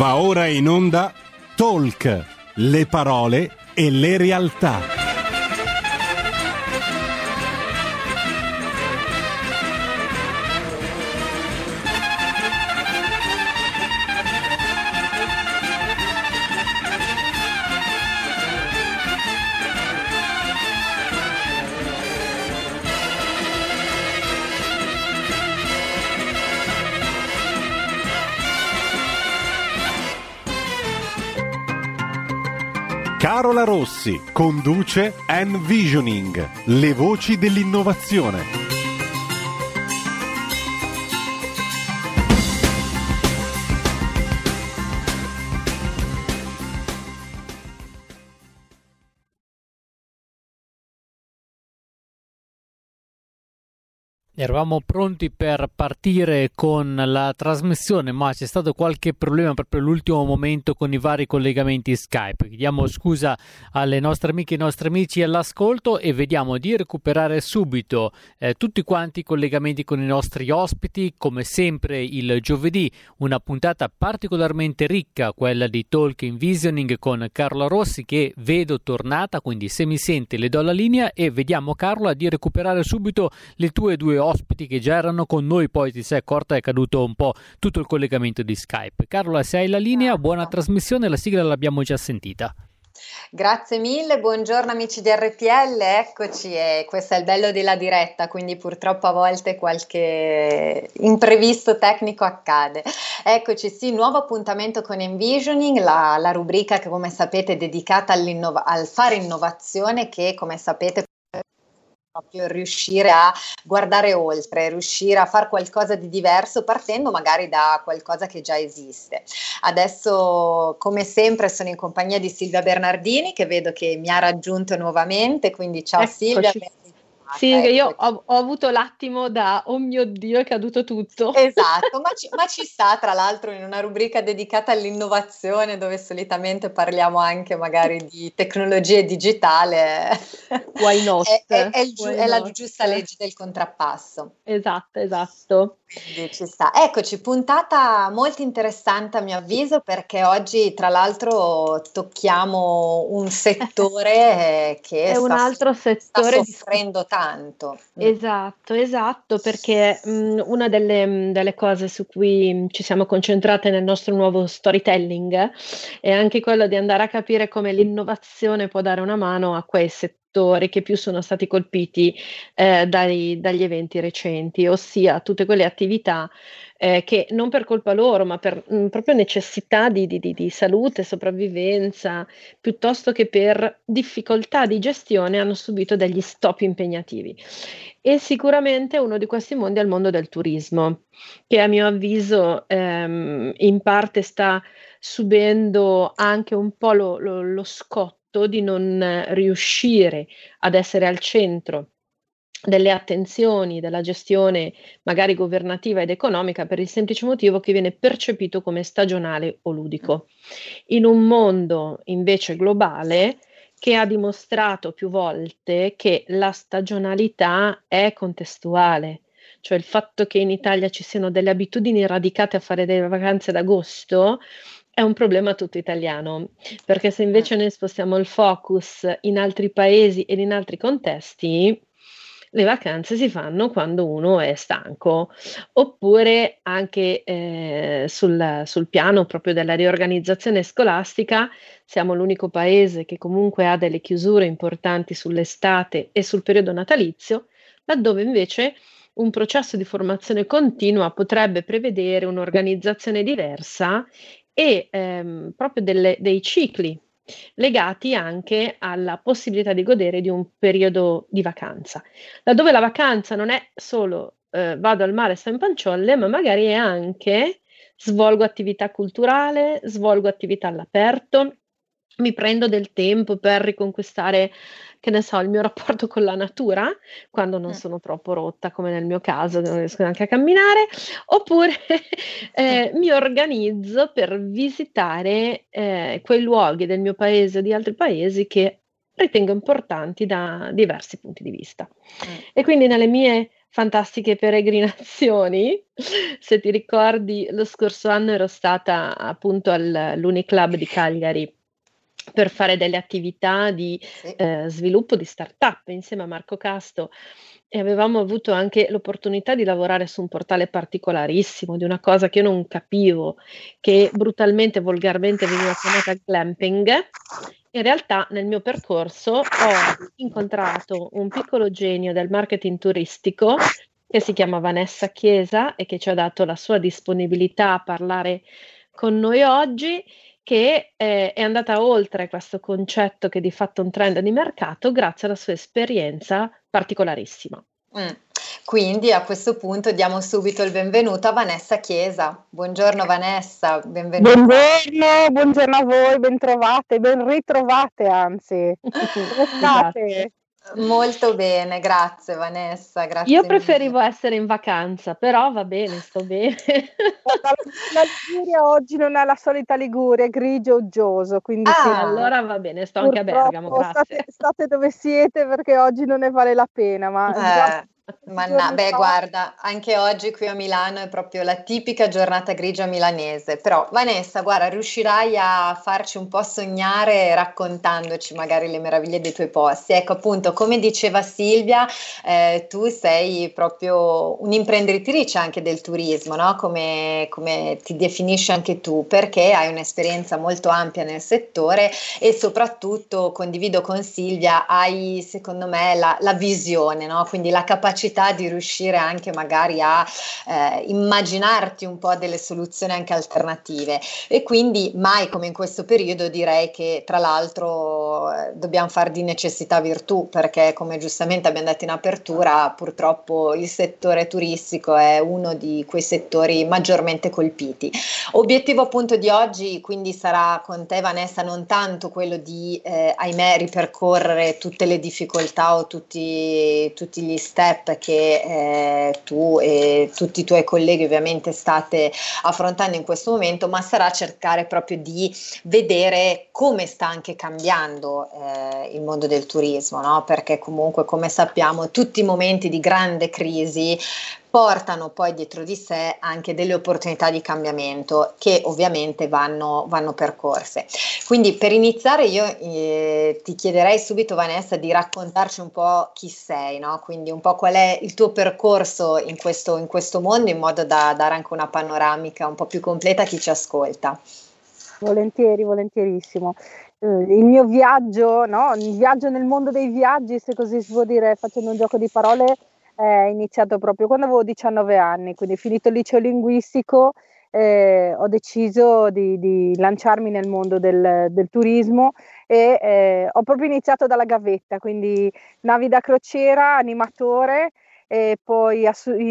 Va ora in onda Talk, le parole e le realtà. Carola Rossi conduce Envisioning, le voci dell'innovazione. Eravamo pronti per partire con la trasmissione, ma c'è stato qualche problema proprio all'ultimo momento con i vari collegamenti Skype. Chiediamo scusa alle nostre amiche e ai nostri amici all'ascolto e vediamo di recuperare subito tutti quanti i collegamenti con i nostri ospiti. Come sempre il giovedì una puntata particolarmente ricca, quella di Talk Envisioning con Carola Rossi, che vedo tornata, quindi se mi sente le do la linea e vediamo, Carola, di recuperare subito le tue due ospiti che già erano con noi, poi ti sei accorta è caduto un po' tutto il collegamento di Skype. Carola, se hai la linea, buona trasmissione, la sigla l'abbiamo già sentita. Grazie mille, buongiorno amici di RPL, eccoci, e questo è il bello della diretta, quindi purtroppo a volte qualche imprevisto tecnico accade. Eccoci, sì, nuovo appuntamento con Envisioning, la rubrica che come sapete è dedicata al fare innovazione, che come sapete proprio riuscire a guardare oltre, riuscire a fare qualcosa di diverso partendo magari da qualcosa che già esiste. Adesso, come sempre, sono in compagnia di Silvia Bernardini, che vedo che mi ha raggiunto nuovamente, quindi ciao. Eccoci. Silvia. Sì, che io ho avuto l'attimo da oh mio Dio, è caduto tutto. Esatto, ma ci sta, tra l'altro, in una rubrica dedicata all'innovazione, dove solitamente parliamo anche magari di tecnologie digitale. Why not? È la giusta legge del contrappasso. Esatto. Quindi ci sta. Eccoci, puntata molto interessante a mio avviso, perché oggi tra l'altro tocchiamo un settore che è un altro settore sta soffrendo tanto. Esatto, perché una delle cose su cui ci siamo concentrate nel nostro nuovo storytelling è anche quello di andare a capire come l'innovazione può dare una mano a quei settori che più sono stati colpiti dagli eventi recenti, ossia tutte quelle attività che non per colpa loro, ma per proprio necessità di salute, sopravvivenza, piuttosto che per difficoltà di gestione, hanno subito degli stop impegnativi. E sicuramente uno di questi mondi è il mondo del turismo, che a mio avviso in parte sta subendo anche un po' lo scotto di non riuscire ad essere al centro delle attenzioni, della gestione magari governativa ed economica, per il semplice motivo che viene percepito come stagionale o ludico. In un mondo invece globale che ha dimostrato più volte che la stagionalità è contestuale, cioè il fatto che in Italia ci siano delle abitudini radicate a fare delle vacanze d'agosto è un problema tutto italiano, perché se invece noi spostiamo il focus in altri paesi ed in altri contesti, le vacanze si fanno quando uno è stanco, oppure anche sul piano proprio della riorganizzazione scolastica siamo l'unico paese che comunque ha delle chiusure importanti sull'estate e sul periodo natalizio, laddove invece un processo di formazione continua potrebbe prevedere un'organizzazione diversa e proprio dei cicli legati anche alla possibilità di godere di un periodo di vacanza, laddove la vacanza non è solo vado al mare, sto in panciolle, ma magari è anche svolgo attività culturale, svolgo attività all'aperto, mi prendo del tempo per riconquistare, che ne so, il mio rapporto con la natura, quando non sono troppo rotta, come nel mio caso, non riesco neanche a camminare, oppure mi organizzo per visitare quei luoghi del mio paese o di altri paesi che ritengo importanti da diversi punti di vista. E quindi nelle mie fantastiche peregrinazioni. Se ti ricordi, lo scorso anno ero stata appunto all'Uniclub di Cagliari per fare delle attività di Sì. sviluppo di startup insieme a Marco Casto e avevamo avuto anche l'opportunità di lavorare su un portale particolarissimo, di una cosa che io non capivo, che brutalmente, volgarmente veniva chiamata glamping. In realtà nel mio percorso ho incontrato un piccolo genio del marketing turistico che si chiama Vanessa Chiesa e che ci ha dato la sua disponibilità a parlare con noi oggi, che è andata oltre questo concetto che di fatto è un trend di mercato grazie alla sua esperienza particolarissima. Quindi a questo punto diamo subito il benvenuto a Vanessa Chiesa. Buongiorno Vanessa, benvenuta. Buongiorno a voi, ben ritrovate anzi. Come state? Molto bene, grazie Vanessa, grazie Io mille. preferivo essere in vacanza, però va bene, sto bene. La Liguria oggi non è la solita Liguria, è grigio uggioso, quindi sì, allora va bene, sto anche a Bergamo, grazie. State dove siete perché oggi non ne vale la pena, ma già guarda, anche oggi qui a Milano è proprio la tipica giornata grigia milanese, però Vanessa, guarda, riuscirai a farci un po' sognare raccontandoci magari le meraviglie dei tuoi posti. Ecco, appunto, come diceva Silvia, tu sei proprio un'imprenditrice anche del turismo, no? Come ti definisci anche tu, perché hai un'esperienza molto ampia nel settore e soprattutto, condivido con Silvia, hai secondo me la visione, no? Quindi la capacità di riuscire anche magari a immaginarti un po' delle soluzioni anche alternative, e quindi mai come in questo periodo direi che tra l'altro dobbiamo fare di necessità virtù, perché come giustamente abbiamo detto in apertura, purtroppo il settore turistico è uno di quei settori maggiormente colpiti. Obiettivo appunto di oggi quindi sarà con te Vanessa non tanto quello di ahimè ripercorrere tutte le difficoltà o tutti gli step che tu e tutti i tuoi colleghi ovviamente state affrontando in questo momento, ma sarà cercare proprio di vedere come sta anche cambiando il mondo del turismo, no? Perché comunque come sappiamo tutti i momenti di grande crisi portano poi dietro di sé anche delle opportunità di cambiamento che ovviamente vanno percorse. Quindi per iniziare io ti chiederei subito Vanessa di raccontarci un po' chi sei, no? Quindi un po' qual è il tuo percorso in questo mondo, in modo da dare anche una panoramica un po' più completa a chi ci ascolta. Volentierissimo. Il mio viaggio, no? Il viaggio nel mondo dei viaggi, se così si può dire, facendo un gioco di parole, è iniziato proprio quando avevo 19 anni, quindi finito il liceo linguistico, ho deciso di lanciarmi nel mondo del turismo e ho proprio iniziato dalla gavetta, quindi navi da crociera, animatore, e poi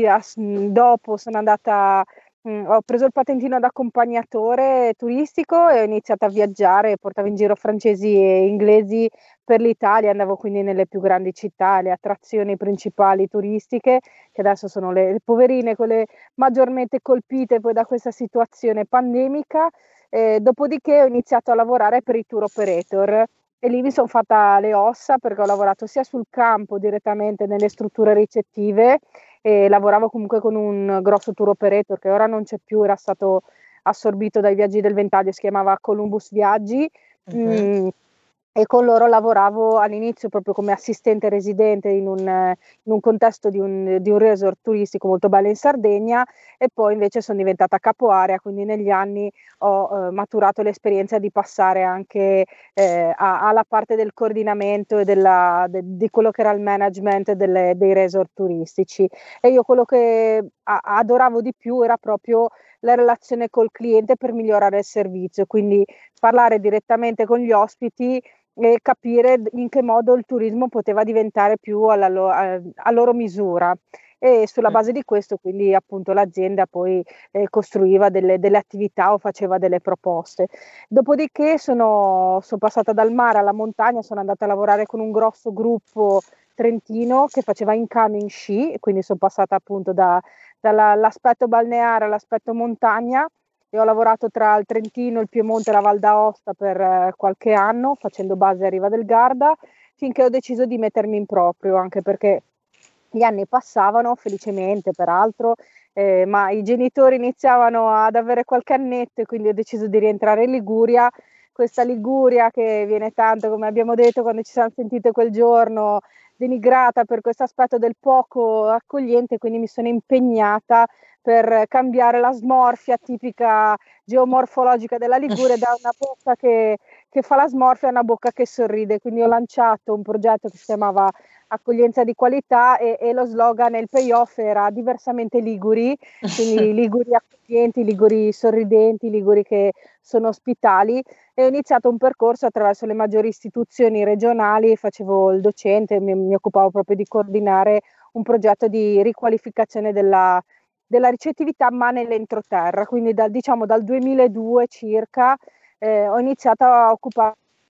dopo sono andata, ho preso il patentino da accompagnatore turistico e ho iniziato a viaggiare, portavo in giro francesi e inglesi per l'Italia, andavo quindi nelle più grandi città, le attrazioni principali turistiche, che adesso sono le poverine, quelle maggiormente colpite poi da questa situazione pandemica. Dopodiché ho iniziato a lavorare per i tour operator e lì mi sono fatta le ossa, perché ho lavorato sia sul campo direttamente nelle strutture ricettive e lavoravo comunque con un grosso tour operator che ora non c'è più, era stato assorbito dai Viaggi del Ventaglio, si chiamava Columbus Viaggi. E con loro lavoravo all'inizio proprio come assistente residente in un contesto di un resort turistico molto bello in Sardegna, e poi invece sono diventata capo area, quindi negli anni ho maturato l'esperienza di passare anche alla parte del coordinamento e di quello che era il management dei resort turistici. E io quello che adoravo di più era proprio la relazione col cliente per migliorare il servizio, quindi parlare direttamente con gli ospiti e capire in che modo il turismo poteva diventare più a loro misura, e sulla base di questo quindi appunto l'azienda poi costruiva delle attività o faceva delle proposte. Dopodiché sono passata dal mare alla montagna, sono andata a lavorare con un grosso gruppo trentino che faceva incoming sci, quindi sono passata appunto dall'aspetto balneare all'aspetto montagna, e ho lavorato tra il Trentino, il Piemonte e la Val d'Aosta per qualche anno, facendo base a Riva del Garda, finché ho deciso di mettermi in proprio, anche perché Gli anni passavano felicemente, peraltro, ma i genitori iniziavano ad avere qualche annetto e quindi ho deciso di rientrare in Liguria. Questa Liguria che viene tanto, come abbiamo detto quando ci siamo sentite quel giorno, denigrata per questo aspetto del poco accogliente, quindi mi sono impegnata per cambiare la smorfia tipica geomorfologica della Liguria da una bocca che fa la smorfia a una bocca che sorride. Quindi ho lanciato un progetto che si chiamava Accoglienza di qualità e lo slogan, il payoff era diversamente liguri, quindi liguri accoglienti, liguri sorridenti, liguri che sono ospitali, e ho iniziato un percorso attraverso le maggiori istituzioni regionali, facevo il docente, mi occupavo proprio di coordinare un progetto di riqualificazione della ricettività ma nell'entroterra, quindi diciamo dal 2002 circa ho iniziato a occuparmi.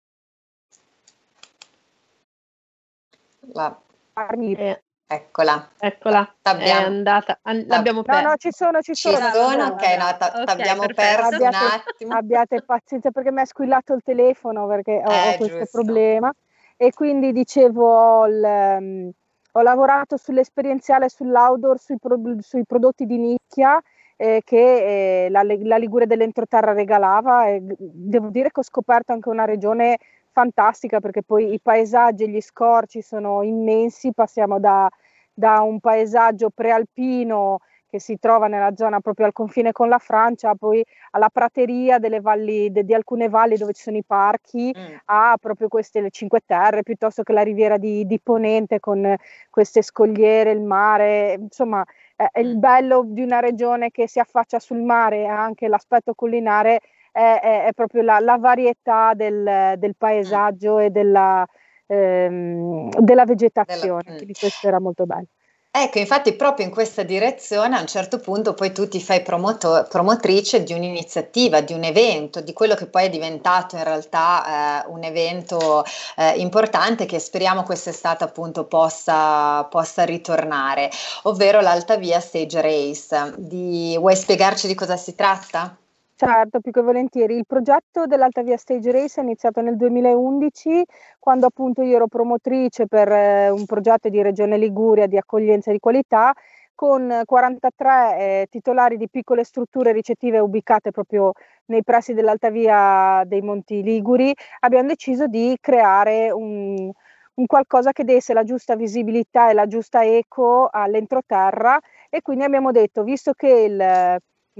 Eccola. È andata. L'abbiamo persa. No, ci sono. Ok, no, t'abbiamo perso un attimo. Abbiate pazienza perché mi è squillato il telefono perché ho questo giusto. problema, e quindi dicevo ho lavorato sull'esperienziale, sull'outdoor, sui prodotti di nicchia che la Liguria dell'entroterra regalava, e devo dire che ho scoperto anche una regione fantastica, perché poi i paesaggi e gli scorci sono immensi. Passiamo da un paesaggio prealpino che si trova nella zona proprio al confine con la Francia, poi alla prateria delle valli, di alcune valli dove ci sono i parchi, a proprio queste le Cinque Terre, piuttosto che la riviera di Ponente con queste scogliere, il mare. Insomma, è il bello di una regione che si affaccia sul mare, e anche l'aspetto culinare è proprio la varietà del paesaggio e della vegetazione, quindi questo era molto bello. Ecco, infatti proprio in questa direzione a un certo punto poi tu ti fai promotrice di un'iniziativa, di un evento, di quello che poi è diventato in realtà un evento importante, che speriamo quest'estate appunto possa ritornare, ovvero l'Alta Via Stage Race. Vuoi spiegarci di cosa si tratta? Certo, più che volentieri. Il progetto dell'Alta Via Stage Race è iniziato nel 2011, quando appunto io ero promotrice per un progetto di Regione Liguria di accoglienza di qualità, con 43 titolari di piccole strutture ricettive ubicate proprio nei pressi dell'Alta Via dei Monti Liguri. Abbiamo deciso di creare un qualcosa che desse la giusta visibilità e la giusta eco all'entroterra, e quindi abbiamo detto, visto che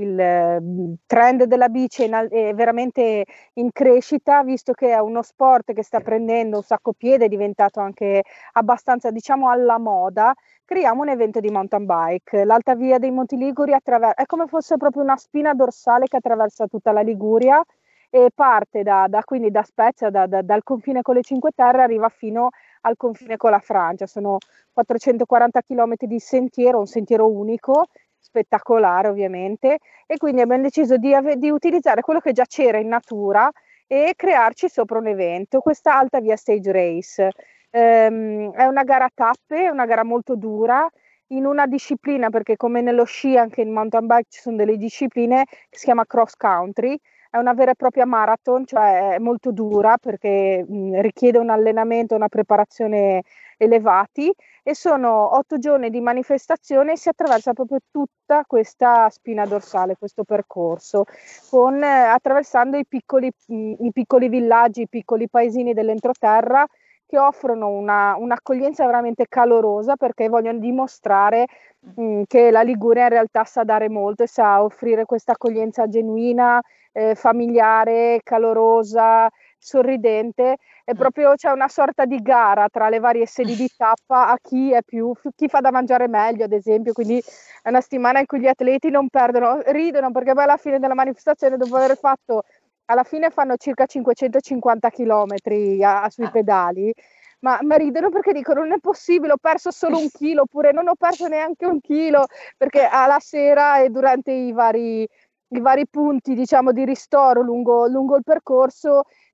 il trend della bici è veramente in crescita, visto che è uno sport che sta prendendo un sacco piede, è diventato anche abbastanza, diciamo, alla moda, creiamo un evento di mountain bike. L'Alta Via dei Monti Liguri è come fosse proprio una spina dorsale che attraversa tutta la Liguria e parte quindi da Spezia, dal confine con le Cinque Terre, arriva fino al confine con la Francia. Sono 440 km di sentiero, un sentiero unico, spettacolare ovviamente, e quindi abbiamo deciso di utilizzare quello che già c'era in natura e crearci sopra un evento, questa Alta Via Stage Race. È una gara a tappe, è una gara molto dura, in una disciplina, perché come nello sci anche in mountain bike ci sono delle discipline, che si chiama cross country. È una vera e propria marathon, cioè è molto dura perché richiede un allenamento, una preparazione elevati, e sono 8 giorni di manifestazione e si attraversa proprio tutta questa spina dorsale, questo percorso, attraversando i piccoli villaggi, i piccoli paesini dell'entroterra, che offrono un'accoglienza veramente calorosa, perché vogliono dimostrare che la Liguria in realtà sa dare molto e sa offrire questa accoglienza genuina, familiare, calorosa, sorridente. E proprio c'è una sorta di gara tra le varie sedi di tappa a chi fa da mangiare meglio, ad esempio. Quindi è una settimana in cui gli atleti non ridono, perché poi alla fine della manifestazione, dopo aver fatto, alla fine fanno circa 550 chilometri sui pedali, ma ridono perché dicono: non è possibile, ho perso solo 1 chilo, oppure non ho perso neanche 1 chilo, perché alla sera e durante i vari punti, diciamo, di ristoro lungo il percorso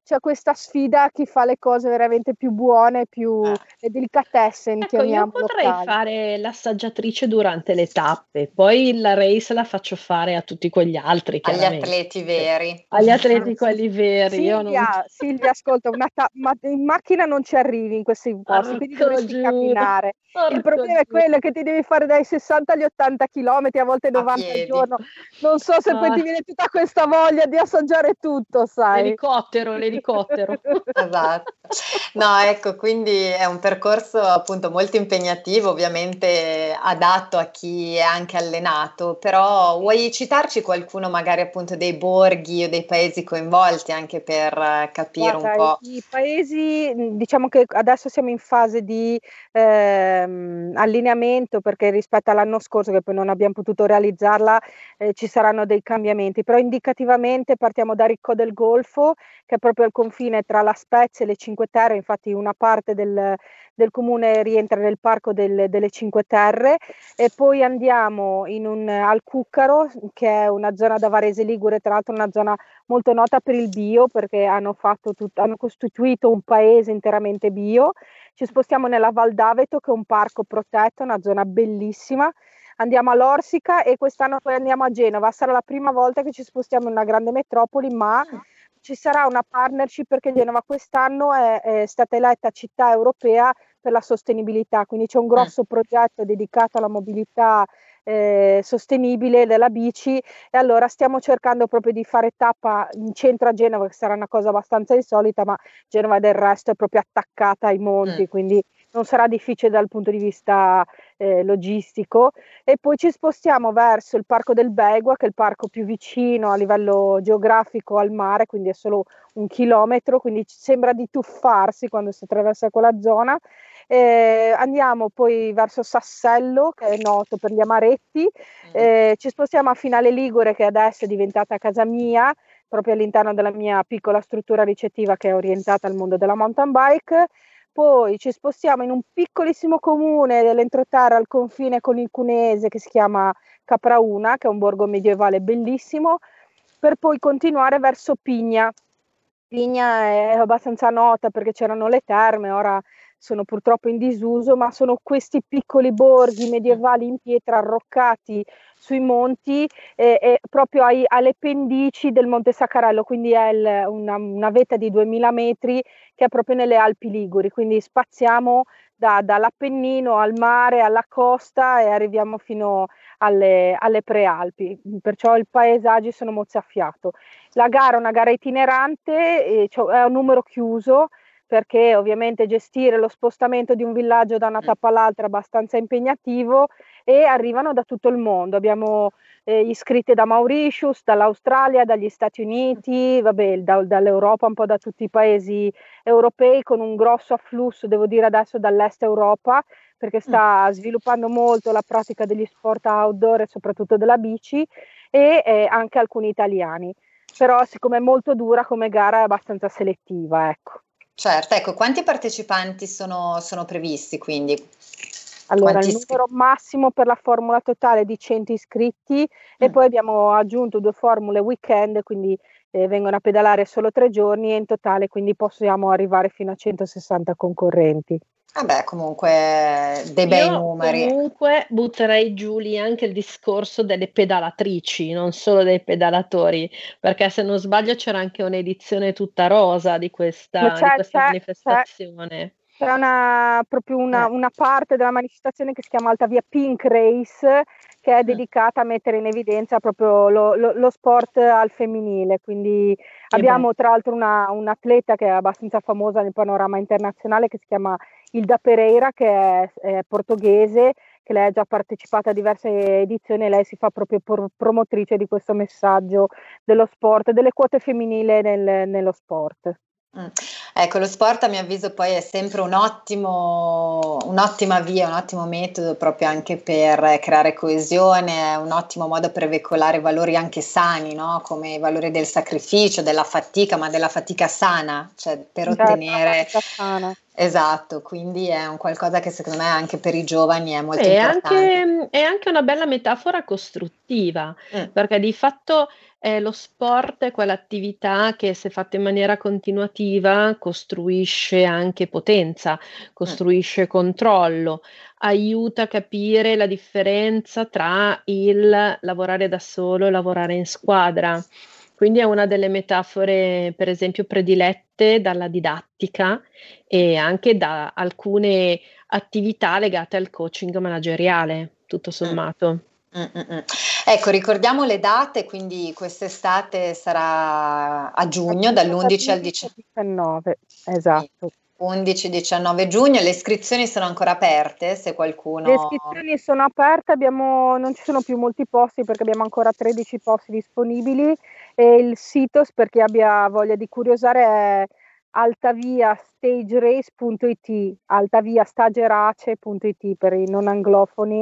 c'è questa sfida a chi fa le cose veramente più buone, più le delicatessen, Ecco, io chiamiamolo potrei locali. fare l'assaggiatrice durante le tappe, poi la race la faccio fare a tutti quegli altri, Agli chiaramente. atleti veri. Agli atleti quelli veri, io non... Silvia, ascolta, ma in macchina non ci arrivi in questi posti, quindi Porco dovresti Giuda, camminare. Il porco problema è Giuda. quello che ti devi fare dai 60 agli 80 km, a volte A 90 al piedi. giorno. Non so se poi ti viene tutta questa voglia di assaggiare tutto, sai. L'elicottero. Esatto. No, ecco, quindi è un percorso appunto molto impegnativo, ovviamente adatto a chi è anche allenato, però vuoi citarci qualcuno magari appunto dei borghi o dei paesi coinvolti anche per capire un po'? I paesi, diciamo che adesso siamo in fase di allineamento, perché rispetto all'anno scorso che poi non abbiamo potuto realizzarla, ci saranno dei cambiamenti, però indicativamente partiamo da Ricco del Golfo, che è proprio al confine tra La Spezia e le Cinque Terre, infatti una parte del comune rientra nel parco delle Cinque Terre, e poi andiamo al Cuccaro, che è una zona da Varese Ligure, tra l'altro una zona molto nota per il bio, perché hanno costituito un paese interamente bio. Ci spostiamo nella Val d'Aveto, che è un parco protetto, una zona bellissima. Andiamo all'Orsica e quest'anno poi andiamo a Genova. Sarà la prima volta che ci spostiamo in una grande metropoli, ma ci sarà una partnership, perché Genova quest'anno è stata eletta città europea per la sostenibilità, quindi c'è un grosso progetto dedicato alla mobilità sostenibile della bici, e allora stiamo cercando proprio di fare tappa in centro a Genova, che sarà una cosa abbastanza insolita, ma Genova del resto è proprio attaccata ai monti, quindi non sarà difficile dal punto di vista logistico. E poi ci spostiamo verso il Parco del Begua, che è il parco più vicino a livello geografico al mare, quindi è solo 1 chilometro, quindi sembra di tuffarsi quando si attraversa quella zona. Andiamo poi verso Sassello, che è noto per gli amaretti, ci spostiamo a Finale Ligure, che adesso è diventata casa mia, proprio all'interno della mia piccola struttura ricettiva che è orientata al mondo della mountain bike. Poi ci spostiamo in un piccolissimo comune dell'entroterra al confine con il Cunese, che si chiama Caprauna, che è un borgo medievale bellissimo, per poi continuare verso Pigna. Pigna è abbastanza nota perché c'erano le terme, ora sono purtroppo in disuso, ma sono questi piccoli borghi medievali in pietra arroccati sui monti, proprio alle pendici del Monte Saccarello, quindi è una vetta di 2000 metri che è proprio nelle Alpi Liguri, quindi spaziamo dall'Appennino al mare, alla costa, e arriviamo fino alle prealpi, perciò i paesaggi sono mozzafiato. La gara è una gara itinerante, è un numero chiuso, perché ovviamente gestire lo spostamento di un villaggio da una tappa all'altra è abbastanza impegnativo, e arrivano da tutto il mondo. Abbiamo iscritte da Mauritius, dall'Australia, dagli Stati Uniti, dall'Europa, un po' da tutti i paesi europei, con un grosso afflusso, devo dire adesso, dall'est Europa, perché sta sviluppando molto la pratica degli sport outdoor e soprattutto della bici, e anche alcuni italiani. Però siccome è molto dura come gara è abbastanza selettiva, ecco. Certo, ecco, quanti partecipanti sono previsti quindi? Allora, il numero massimo per la formula totale è di 100 iscritti, e poi abbiamo aggiunto 2 formule weekend, quindi vengono a pedalare solo 3 giorni, e in totale quindi possiamo arrivare fino a 160 concorrenti. Vabbè, comunque dei bei numeri. Comunque butterei giù lì anche il discorso delle pedalatrici, non solo dei pedalatori, perché se non sbaglio c'era anche un'edizione tutta rosa di questa manifestazione. C'è proprio una parte della manifestazione che si chiama Altavia Pink Race, che è dedicata a mettere in evidenza proprio lo sport al femminile, quindi abbiamo tra l'altro un'atleta che è abbastanza famosa nel panorama internazionale, che si chiama Hilda Pereira, che è portoghese, che lei ha già partecipato a diverse edizioni, e lei si fa proprio promotrice di questo messaggio dello sport, delle quote femminili nello sport. Ecco, lo sport a mio avviso poi è sempre un'ottima via, un ottimo metodo proprio anche per creare coesione, è un ottimo modo per veicolare valori anche sani, no? Come i valori del sacrificio, della fatica, ma della fatica sana, cioè per ottenere Esatto, quindi è un qualcosa che secondo me anche per i giovani è molto È importante. anche una bella metafora costruttiva, Mm, perché di fatto lo sport è quell'attività che, se fatta in maniera continuativa, costruisce anche potenza, mm. costruisce controllo, aiuta a capire la differenza tra il lavorare da solo e lavorare in squadra. Quindi è una delle metafore, per esempio, predilette dalla didattica e anche da alcune attività legate al coaching manageriale, tutto Mm. sommato. Ecco, ricordiamo le date, quindi quest'estate sarà a giugno, dall'11 al 19, esatto. 11-19 giugno. Le iscrizioni sono ancora aperte, se Le qualcuno... iscrizioni sono aperte, non ci sono più molti posti perché abbiamo ancora 13 posti disponibili e il sito, per chi abbia voglia di curiosare, è altaviastagerace.it, altaviastagerace.it per i non anglofoni.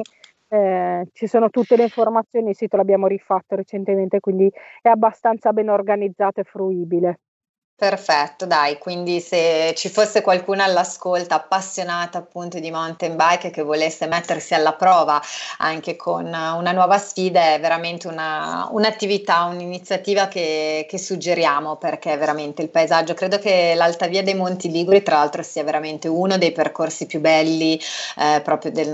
Ci sono tutte le informazioni, il sito l'abbiamo rifatto recentemente, quindi è abbastanza ben organizzato e fruibile. Perfetto, dai, quindi se ci fosse qualcuno all'ascolto appassionata appunto di mountain bike che volesse mettersi alla prova anche con una nuova sfida, è veramente un'attività, un'iniziativa che suggeriamo, perché veramente il paesaggio, credo che l'Alta Via dei Monti Liguri tra l'altro sia veramente uno dei percorsi più belli proprio del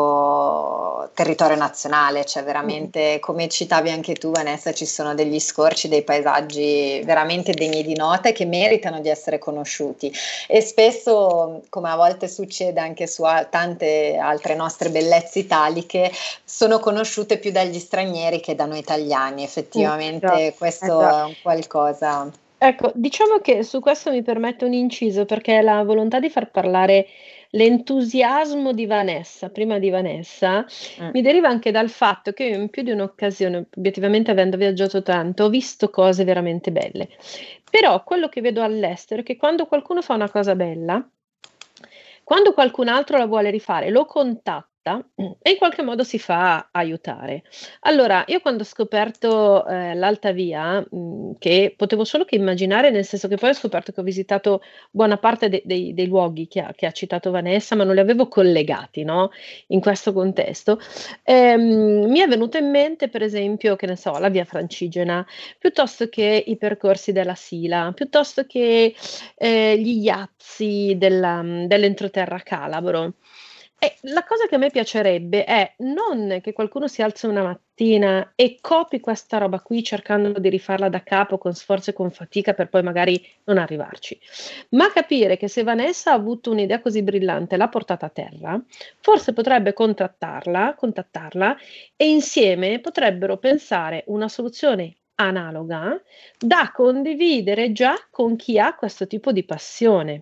nostro territorio nazionale, cioè veramente, come citavi anche tu Vanessa, ci sono degli scorci, dei paesaggi veramente degni di nota che meritano di essere conosciuti, e spesso, come a volte succede anche su tante altre nostre bellezze italiche, sono conosciute più dagli stranieri che da noi italiani. Effettivamente questo è un qualcosa. Ecco, diciamo che su questo mi permetto un inciso, perché la volontà di far parlare l'entusiasmo di Vanessa, prima di Vanessa, Mm. mi deriva anche dal fatto che io in più di un'occasione, obiettivamente avendo viaggiato tanto, ho visto cose veramente belle. Però quello che vedo all'estero è che quando qualcuno fa una cosa bella, quando qualcun altro la vuole rifare, lo contatta e in qualche modo si fa aiutare. Allora, io quando ho scoperto l'Alta Via, che potevo solo che immaginare, nel senso che poi ho scoperto che ho visitato buona parte dei luoghi che ha citato Vanessa, ma non li avevo collegati, no? In questo contesto, mi è venuto in mente, per esempio, che ne so, la Via Francigena, piuttosto che i percorsi della Sila, piuttosto che gli Iazzi dell'entroterra calabro. E la cosa che a me piacerebbe è non che qualcuno si alzi una mattina e copi questa roba qui cercando di rifarla da capo con sforzo e con fatica per poi magari non arrivarci, ma capire che se Vanessa ha avuto un'idea così brillante e l'ha portata a terra, forse potrebbe contattarla e insieme potrebbero pensare una soluzione analoga da condividere già con chi ha questo tipo di passione.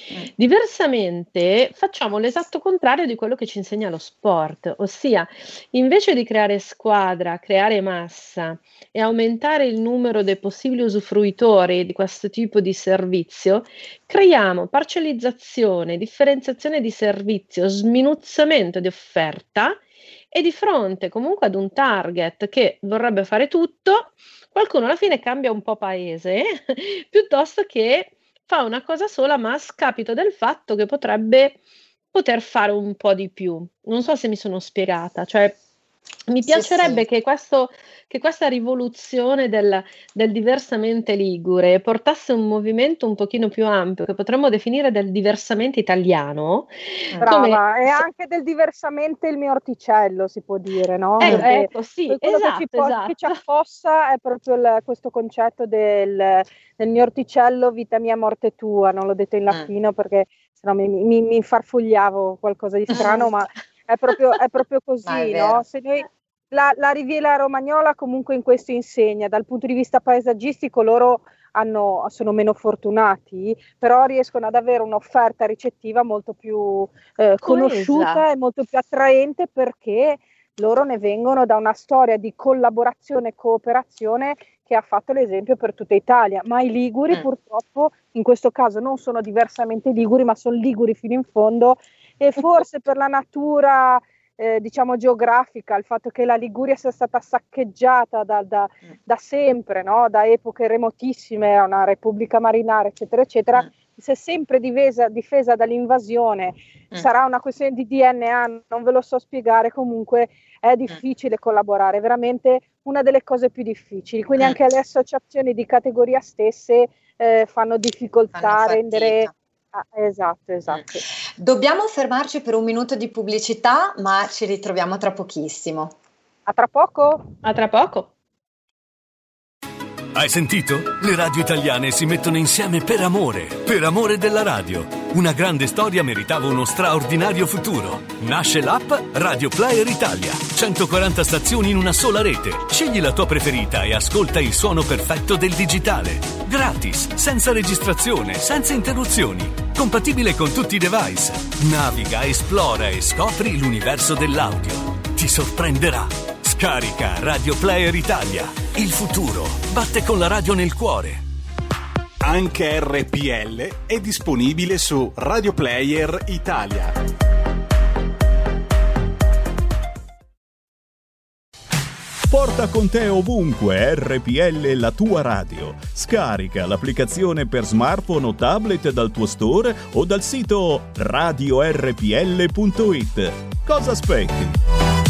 Diversamente facciamo l'esatto contrario di quello che ci insegna lo sport, ossia invece di creare squadra, creare massa e aumentare il numero dei possibili usufruitori di questo tipo di servizio, creiamo parcellizzazione, differenziazione di servizio, sminuzzamento di offerta e di fronte comunque ad un target che vorrebbe fare tutto, qualcuno alla fine cambia un po' paese piuttosto che fa una cosa sola, ma a scapito del fatto che potrebbe poter fare un po' di più. Non so se mi sono spiegata, cioè mi Sì, piacerebbe sì. che questa rivoluzione del diversamente ligure portasse un movimento un pochino più ampio, che potremmo definire del diversamente italiano, come Brava, e anche del diversamente il mio orticello, si può dire, no? Mm. Perché ecco, sì, quello esatto, che ci esatto. affossa è proprio questo concetto del mio orticello, vita mia, morte tua. Non l'ho detto in Mm. latino perché sennò mi infarfugliavo qualcosa di strano, ma è proprio Ma è così, no? vero. Se noi, la Riviera Romagnola comunque in questo insegna, dal punto di vista paesaggistico loro sono meno fortunati, però riescono ad avere un'offerta ricettiva molto più Coesa. conosciuta e molto più attraente, perché loro ne vengono da una storia di collaborazione e cooperazione che ha fatto l'esempio per tutta Italia. Ma i liguri Mm. purtroppo in questo caso non sono diversamente liguri, ma sono liguri fino in fondo, e forse per la natura diciamo geografica, il fatto che la Liguria sia stata saccheggiata da sempre, no? Da epoche remotissime, era una repubblica marinara, eccetera, eccetera, si è sempre difesa dall'invasione, sarà una questione di DNA, non ve lo so spiegare, comunque è difficile collaborare, veramente una delle cose più difficili, quindi anche le associazioni di categoria stesse fanno difficoltà a rendere... esatto. Dobbiamo fermarci per un minuto di pubblicità, ma ci ritroviamo tra pochissimo. A tra poco? A tra poco. Hai sentito? Le radio italiane si mettono insieme per amore della radio. Una grande storia meritava uno straordinario futuro. Nasce l'app Radio Player Italia. 140 stazioni in una sola rete. Scegli la tua preferita e ascolta il suono perfetto del digitale. Gratis, senza registrazione, senza interruzioni. Compatibile con tutti i device. Naviga, esplora e scopri l'universo dell'audio. Ti sorprenderà. Scarica Radio Player Italia. Il futuro batte con la radio nel cuore. Anche RPL è disponibile su Radio Player Italia. Porta con te ovunque RPL, la tua radio. Scarica l'applicazione per smartphone o tablet dal tuo store o dal sito radiorpl.it. Cosa aspetti?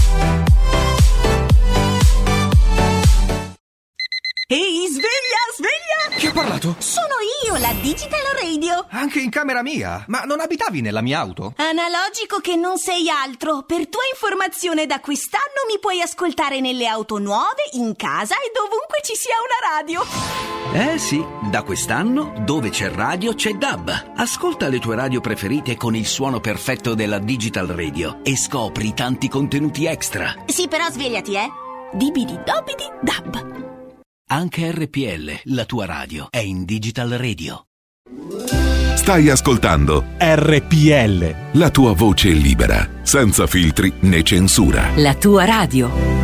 Ehi, sveglia! Chi ha parlato? Sono io, la Digital Radio. Anche in camera mia? Ma non abitavi nella mia auto? Analogico che non sei altro. Per tua informazione, da quest'anno mi puoi ascoltare nelle auto nuove, in casa e dovunque ci sia una radio. Sì, da quest'anno dove c'è radio c'è DAB. Ascolta le tue radio preferite con il suono perfetto della Digital Radio e scopri tanti contenuti extra. Sì, però svegliati, Dibidi dobidi DAB. Anche RPL, la tua radio, è in Digital Radio. Stai ascoltando RPL, la tua voce libera, senza filtri né censura. La tua radio.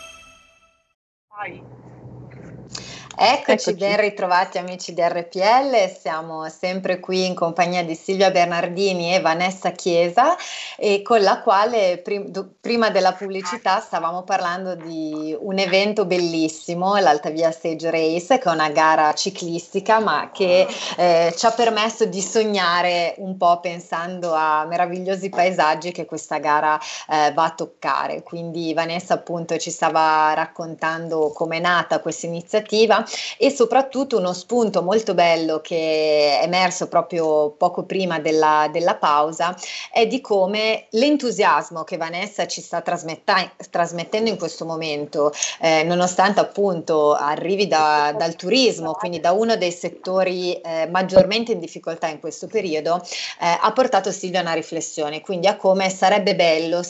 Eccoci, ben ritrovati amici di RPL, siamo sempre qui in compagnia di Silvia Bernardini e Vanessa Chiesa, e con la quale prima della pubblicità stavamo parlando di un evento bellissimo, l'Altavia Stage Race, che è una gara ciclistica ma che ci ha permesso di sognare un po' pensando a meravigliosi paesaggi che questa gara va a toccare. Quindi Vanessa appunto ci stava raccontando come è nata questa iniziativa e soprattutto uno spunto molto bello che è emerso proprio poco prima della pausa è di come l'entusiasmo che Vanessa ci sta trasmettendo in questo momento, nonostante appunto arrivi dal turismo, quindi da uno dei settori maggiormente in difficoltà in questo periodo, ha portato Silvia a una riflessione, quindi a come sarebbe bello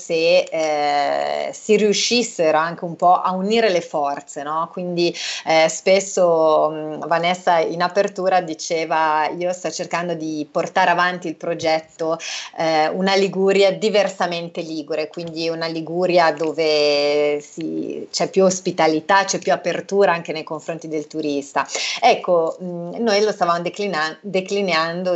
se si riuscissero anche un po' a unire le forze, no? Quindi spesso Vanessa in apertura diceva: io sto cercando di portare avanti il progetto una Liguria diversamente ligure, quindi una Liguria dove c'è più ospitalità, c'è più apertura anche nei confronti del turista. Ecco, noi lo stavamo declinando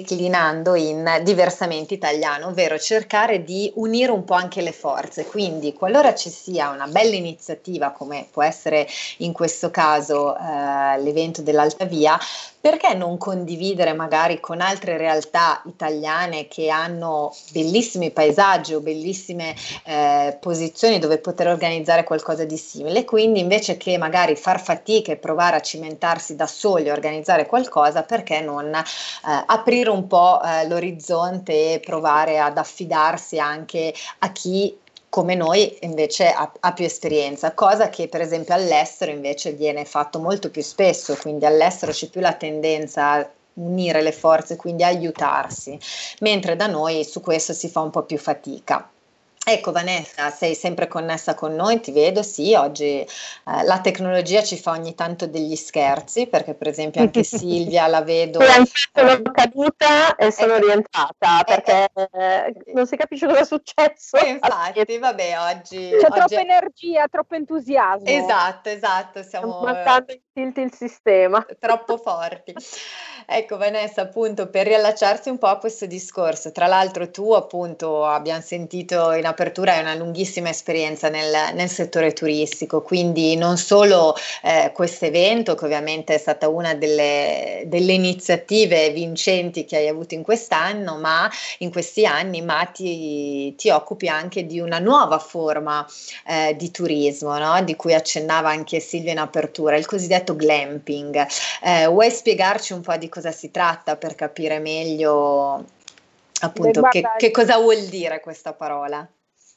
in diversamente italiano, ovvero cercare di unire un po' anche le forze, quindi qualora ci sia una bella iniziativa come può essere in questo caso l'evento dell'Altavia, perché non condividere magari con altre realtà italiane che hanno bellissimi paesaggi o bellissime posizioni dove poter organizzare qualcosa di simile. Quindi invece che magari far fatica e provare a cimentarsi da soli e organizzare qualcosa, perché non aprire un po' l'orizzonte e provare ad affidarsi anche a chi come noi invece ha più esperienza, cosa che per esempio all'estero invece viene fatto molto più spesso, quindi all'estero c'è più la tendenza a unire le forze, quindi a aiutarsi, mentre da noi su questo si fa un po' più fatica. Ecco Vanessa, sei sempre connessa con noi, ti vedo, sì, oggi la tecnologia ci fa ogni tanto degli scherzi, perché per esempio anche Silvia la vedo... Sono caduta e sono rientrata, perché non si capisce cosa è successo. Infatti, vabbè, oggi... C'è troppa energia, troppo entusiasmo. Esatto, stiamo mandando in tilt il sistema. Troppo forti. Ecco Vanessa, appunto per riallacciarsi un po' a questo discorso, tra l'altro tu appunto abbiamo sentito in apertura e una lunghissima esperienza nel settore turistico, quindi non solo questo evento, che ovviamente è stata una delle iniziative vincenti che hai avuto in quest'anno, ma in questi anni, ma ti occupi anche di una nuova forma di turismo, no? Di cui accennava anche Silvia in apertura, il cosiddetto glamping. Vuoi spiegarci un po' di cosa si tratta per capire meglio appunto che cosa vuol dire questa parola?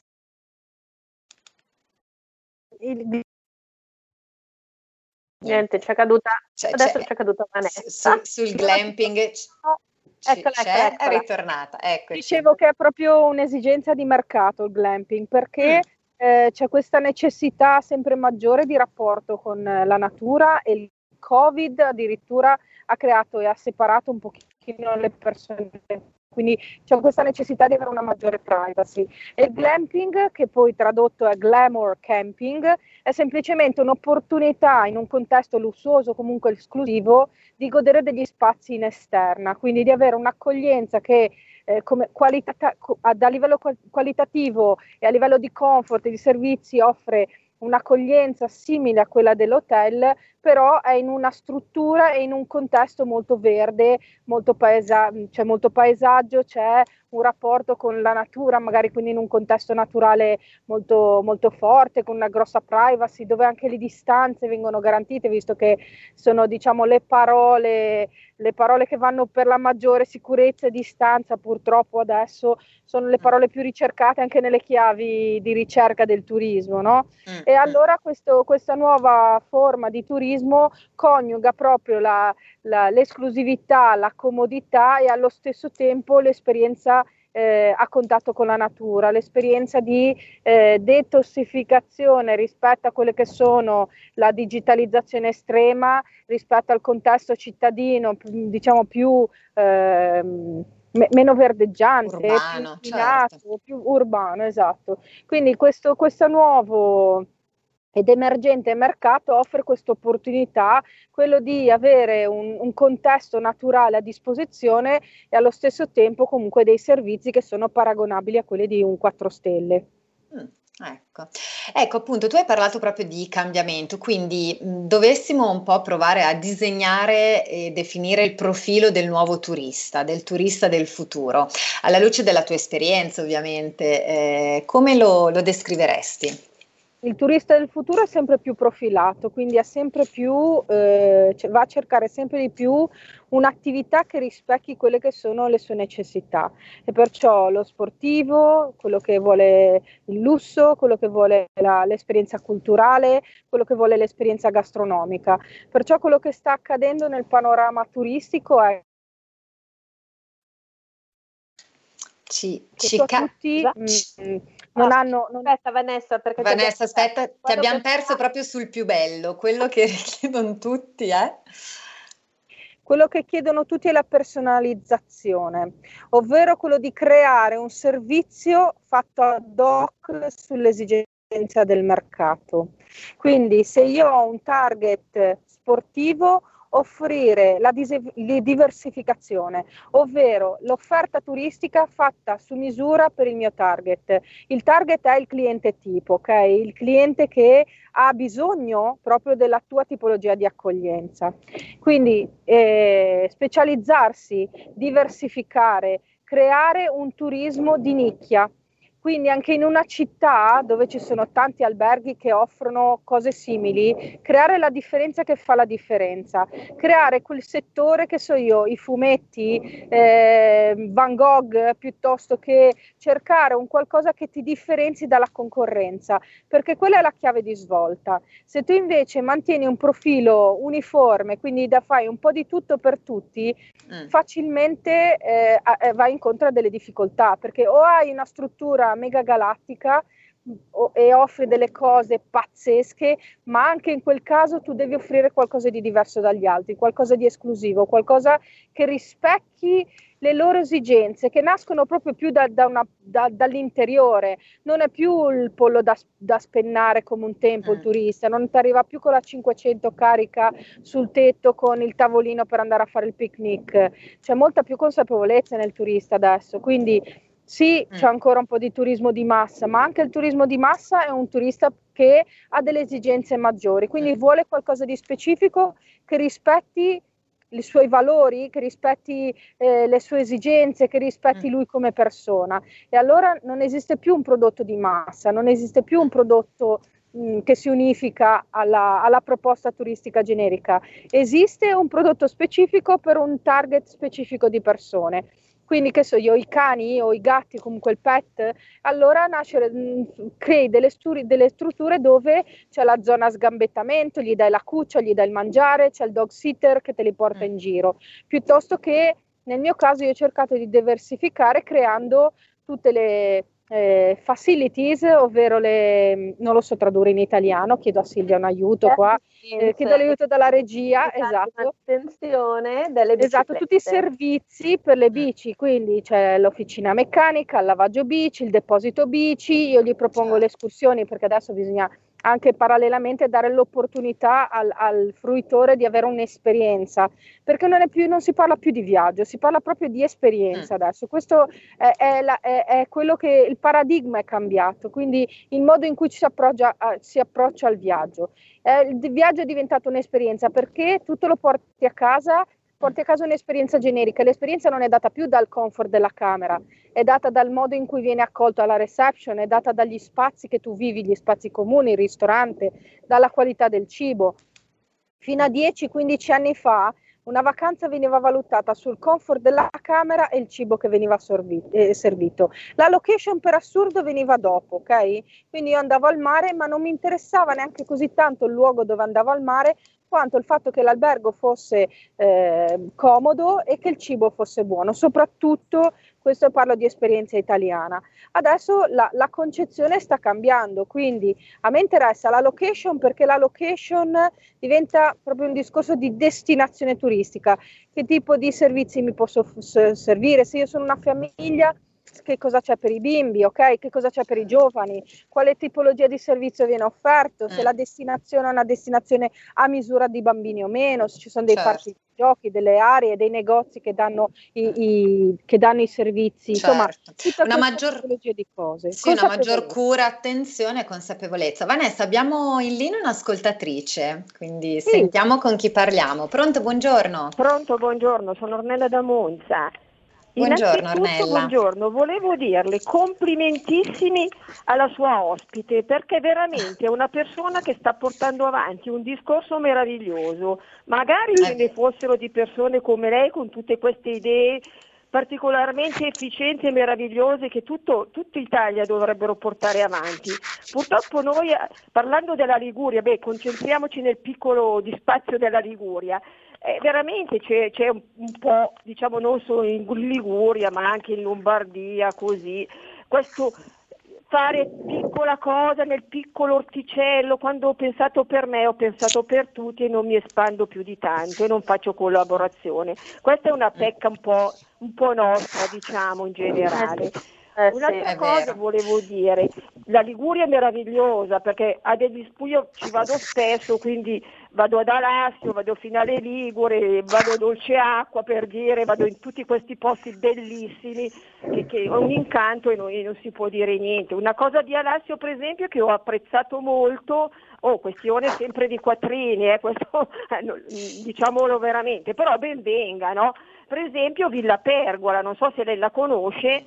Niente, c'è caduta Vanessa. Sul glamping Eccola. è ritornata. Eccoci. Dicevo che è proprio un'esigenza di mercato il glamping, perché c'è questa necessità sempre maggiore di rapporto con la natura, e il Covid addirittura ha creato e ha separato un pochino le persone. Quindi c'è questa necessità di avere una maggiore privacy. E il glamping, che poi tradotto è glamour camping, è semplicemente un'opportunità in un contesto lussuoso, comunque esclusivo, di godere degli spazi in esterna, quindi di avere un'accoglienza che a livello qualitativo e a livello di comfort e di servizi offre un'accoglienza simile a quella dell'hotel, però è in una struttura e in un contesto molto verde, c'è molto paesaggio, c'è un rapporto con la natura, magari quindi in un contesto naturale molto, molto forte, con una grossa privacy, dove anche le distanze vengono garantite, visto che sono, diciamo, le parole che vanno per la maggiore sicurezza e distanza, purtroppo adesso sono le parole più ricercate anche nelle chiavi di ricerca del turismo, no? E allora questa nuova forma di turismo coniuga proprio l'esclusività, la comodità e allo stesso tempo l'esperienza a contatto con la natura, l'esperienza di detossificazione rispetto a quelle che sono la digitalizzazione estrema, rispetto al contesto cittadino, diciamo meno verdeggiante, urbano, più inquinato, certo. più urbano, esatto. Quindi questo nuovo ed emergente mercato offre questa opportunità, quello di avere un contesto naturale a disposizione e allo stesso tempo comunque dei servizi che sono paragonabili a quelli di un 4 stelle. Ecco, appunto, tu hai parlato proprio di cambiamento, quindi dovessimo un po' provare a disegnare e definire il profilo del nuovo turista, del turista del futuro, alla luce della tua esperienza ovviamente, come lo descriveresti? Il turista del futuro è sempre più profilato, quindi è sempre più, va a cercare sempre di più un'attività che rispecchi quelle che sono le sue necessità, e perciò lo sportivo, quello che vuole il lusso, quello che vuole l'esperienza culturale, quello che vuole l'esperienza gastronomica. Perciò quello che sta accadendo nel panorama turistico è tutti non hanno. Aspetta, Vanessa, perché aspetta, ti abbiamo perso proprio sul più bello, quello che chiedono tutti, Quello che chiedono tutti è la personalizzazione, ovvero quello di creare un servizio fatto ad hoc sull'esigenza del mercato. Quindi se io ho un target sportivo, offrire la diversificazione, ovvero l'offerta turistica fatta su misura per il mio target. Il target è il cliente tipo, ok? Il cliente che ha bisogno proprio della tua tipologia di accoglienza. Quindi specializzarsi, diversificare, creare un turismo di nicchia. Quindi anche in una città dove ci sono tanti alberghi che offrono cose simili, creare la differenza che fa la differenza, creare quel settore che so io, i fumetti, Van Gogh, piuttosto che cercare un qualcosa che ti differenzi dalla concorrenza, perché quella è la chiave di svolta. Se tu invece mantieni un profilo uniforme, quindi fai un po' di tutto per tutti, facilmente vai incontro a delle difficoltà, perché o hai una struttura mega galattica e offri delle cose pazzesche, ma anche in quel caso tu devi offrire qualcosa di diverso dagli altri, qualcosa di esclusivo, qualcosa che rispecchi le loro esigenze, che nascono proprio più dall'interiore. Non è più il pollo da spennare come un tempo il turista, non ti arriva più con la 500 carica sul tetto con il tavolino per andare a fare il picnic. C'è molta più consapevolezza nel turista adesso, quindi Sì, c'è ancora un po' di turismo di massa, ma anche il turismo di massa è un turista che ha delle esigenze maggiori, quindi vuole qualcosa di specifico che rispetti i suoi valori, che rispetti le sue esigenze, che rispetti lui come persona. E allora non esiste più un prodotto di massa, non esiste più un prodotto che si unifica alla proposta turistica generica. Esiste un prodotto specifico per un target specifico di persone. Quindi che so io, i cani o i gatti, comunque il pet, allora crei delle strutture dove c'è la zona sgambettamento, gli dai la cuccia, gli dai il mangiare, c'è il dog sitter che te li porta in giro, piuttosto che nel mio caso io ho cercato di diversificare creando tutte le facilities, ovvero non lo so tradurre in italiano, chiedo a Silvia un aiuto qua, chiedo l'aiuto dalla regia, esatto. Attenzione delle biciclette. Esatto, tutti i servizi per le bici, quindi c'è l'officina meccanica, il lavaggio bici, il deposito bici, io gli propongo le escursioni perché adesso bisogna anche parallelamente dare l'opportunità al fruitore di avere un'esperienza, perché non si parla più di viaggio, si parla proprio di esperienza adesso. Questo è quello che il paradigma è cambiato, quindi il modo in cui si approccia al viaggio. Il viaggio è diventato un'esperienza perché tutto lo porti a casa un'esperienza generica. L'esperienza non è data più dal comfort della camera, è data dal modo in cui viene accolto alla reception, è data dagli spazi che tu vivi, gli spazi comuni, il ristorante, dalla qualità del cibo. Fino a 10-15 anni fa una vacanza veniva valutata sul comfort della camera e il cibo che veniva servito. La location per assurdo veniva dopo, ok? Quindi io andavo al mare, ma non mi interessava neanche così tanto il luogo dove andavo al mare, quanto il fatto che l'albergo fosse comodo e che il cibo fosse buono, soprattutto questo parlo di esperienza italiana. Adesso la concezione sta cambiando, quindi a me interessa la location perché la location diventa proprio un discorso di destinazione turistica. Che tipo di servizi mi posso servire? Se io sono una famiglia, che cosa c'è per i bimbi, ok? Che cosa c'è per i giovani, quale tipologia di servizio viene offerto, se la destinazione è una destinazione a misura di bambini o meno, se ci sono dei parchi di giochi, delle aree, dei negozi che danno i servizi, insomma, tutta questa tipologia di cose. Sì, una maggior cura, attenzione e consapevolezza. Vanessa, abbiamo in linea un'ascoltatrice, quindi sentiamo con chi parliamo. Pronto, buongiorno. Pronto, buongiorno, sono Ornella da Monza. Buongiorno Ornella. Buongiorno, volevo dirle complimentissimi alla sua ospite perché veramente è una persona che sta portando avanti un discorso meraviglioso. Magari ce ne fossero di persone come lei con tutte queste idee particolarmente efficienti e meravigliose che tutta Italia dovrebbero portare avanti. Purtroppo noi, parlando della Liguria, concentriamoci nel piccolo di spazio della Liguria. Veramente c'è un po', diciamo, non solo in Liguria ma anche in Lombardia, così, questo fare piccola cosa nel piccolo orticello. Quando ho pensato per me ho pensato per tutti e non mi espando più di tanto e non faccio collaborazione. Questa è una pecca un po' nostra, diciamo, in generale. Un'altra cosa volevo dire, la Liguria è meravigliosa perché io ci vado spesso, quindi vado ad Alassio, vado fino alle Ligure, vado a Dolce Acqua, per dire, vado in tutti questi posti bellissimi che è un incanto e non si può dire niente. Una cosa di Alassio per esempio che ho apprezzato molto, questione sempre di quattrini, questo diciamolo veramente, però ben venga, no? Per esempio Villa Pergola, non so se lei la conosce.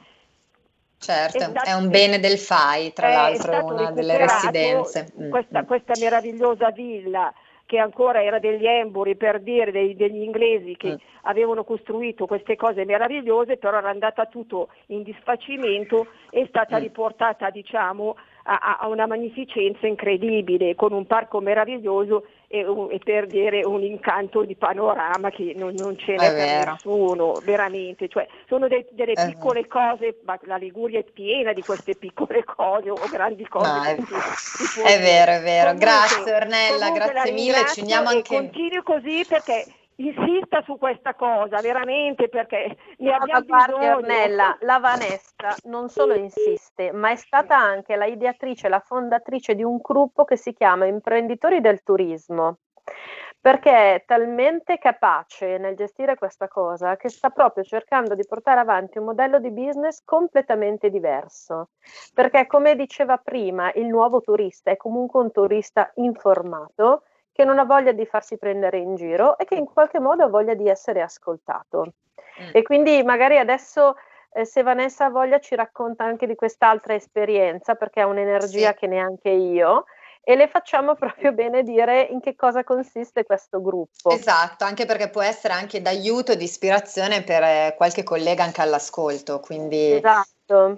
Certo, è un bene del FAI, tra l'altro è una delle residenze. Questa meravigliosa villa che ancora era degli Emburi, per dire, degli inglesi che avevano costruito queste cose meravigliose, però era andata tutto in disfacimento, è stata riportata, diciamo, a una magnificenza incredibile, con un parco meraviglioso e per dire un incanto di panorama che non ce n'è per nessuno, veramente, cioè sono delle piccole cose, ma la Liguria è piena di queste piccole cose o grandi cose. È vero, comunque, grazie Ornella, grazie mille, ci uniamo anche. Continui così perché insista su questa cosa, veramente, perché ne abbiamo bisogno. Ornella, la Vanessa non solo insiste, ma è stata anche la ideatrice, la fondatrice di un gruppo che si chiama Imprenditori del Turismo. perché è talmente capace nel gestire questa cosa che sta proprio cercando di portare avanti un modello di business completamente diverso. Perché, come diceva prima, il nuovo turista è comunque un turista informato che non ha voglia di farsi prendere in giro e che in qualche modo ha voglia di essere ascoltato. E quindi magari adesso, se Vanessa ha voglia, ci racconta anche di quest'altra esperienza, perché ha un'energia che neanche io, e le facciamo proprio bene dire in che cosa consiste questo gruppo. Esatto, anche perché può essere anche d'aiuto, di ispirazione per qualche collega anche all'ascolto, quindi... Esatto.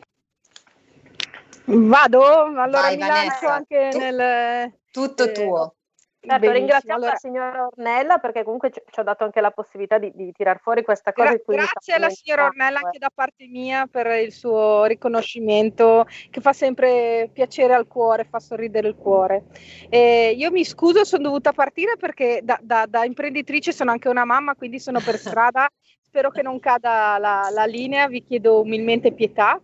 Vado? Allora Vai, mi Vanessa, lancio anche tutto tuo. Certo, Benissimo, ringraziamo allora- la signora Ornella perché comunque ci ha dato anche la possibilità di tirar fuori questa cosa. Grazie alla signora Ornella anche da parte mia per il suo riconoscimento che fa sempre piacere al cuore, fa sorridere il cuore. Io mi scuso, sono dovuta partire perché da imprenditrice sono anche una mamma, quindi sono per strada. Spero che non cada la linea, vi chiedo umilmente pietà.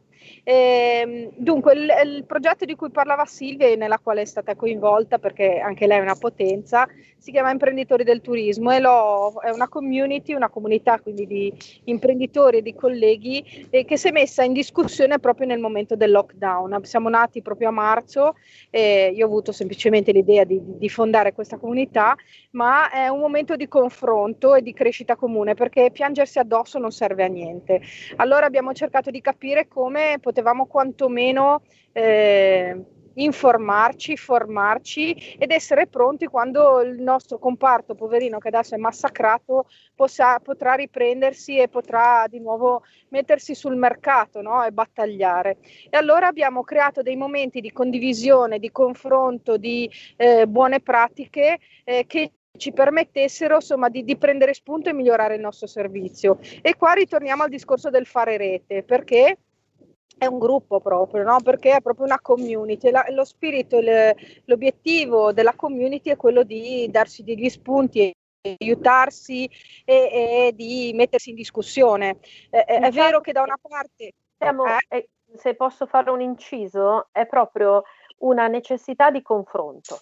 Dunque il progetto di cui parlava Silvia e nella quale è stata coinvolta, perché anche lei è una potenza, si chiama Imprenditori del Turismo e è una community, una comunità quindi di imprenditori e di colleghi che si è messa in discussione proprio nel momento del lockdown. Siamo nati proprio a marzo, io ho avuto semplicemente l'idea di fondare questa comunità, ma è un momento di confronto e di crescita comune, perché piangersi addosso non serve a niente. Allora abbiamo cercato di capire come potevamo quantomeno informarci, formarci ed essere pronti quando il nostro comparto poverino, che adesso è massacrato, potrà riprendersi e potrà di nuovo mettersi sul mercato, no? E battagliare. E allora abbiamo creato dei momenti di condivisione, di confronto, di buone pratiche che ci permettessero insomma di prendere spunto e migliorare il nostro servizio. E qua ritorniamo al discorso del fare rete, perché è un gruppo proprio, no? Perché è proprio una community. Lo spirito, l'obiettivo della community è quello di darsi degli spunti, aiutarsi e di mettersi in discussione. È vero che da una parte... se posso fare un inciso, è proprio una necessità di confronto.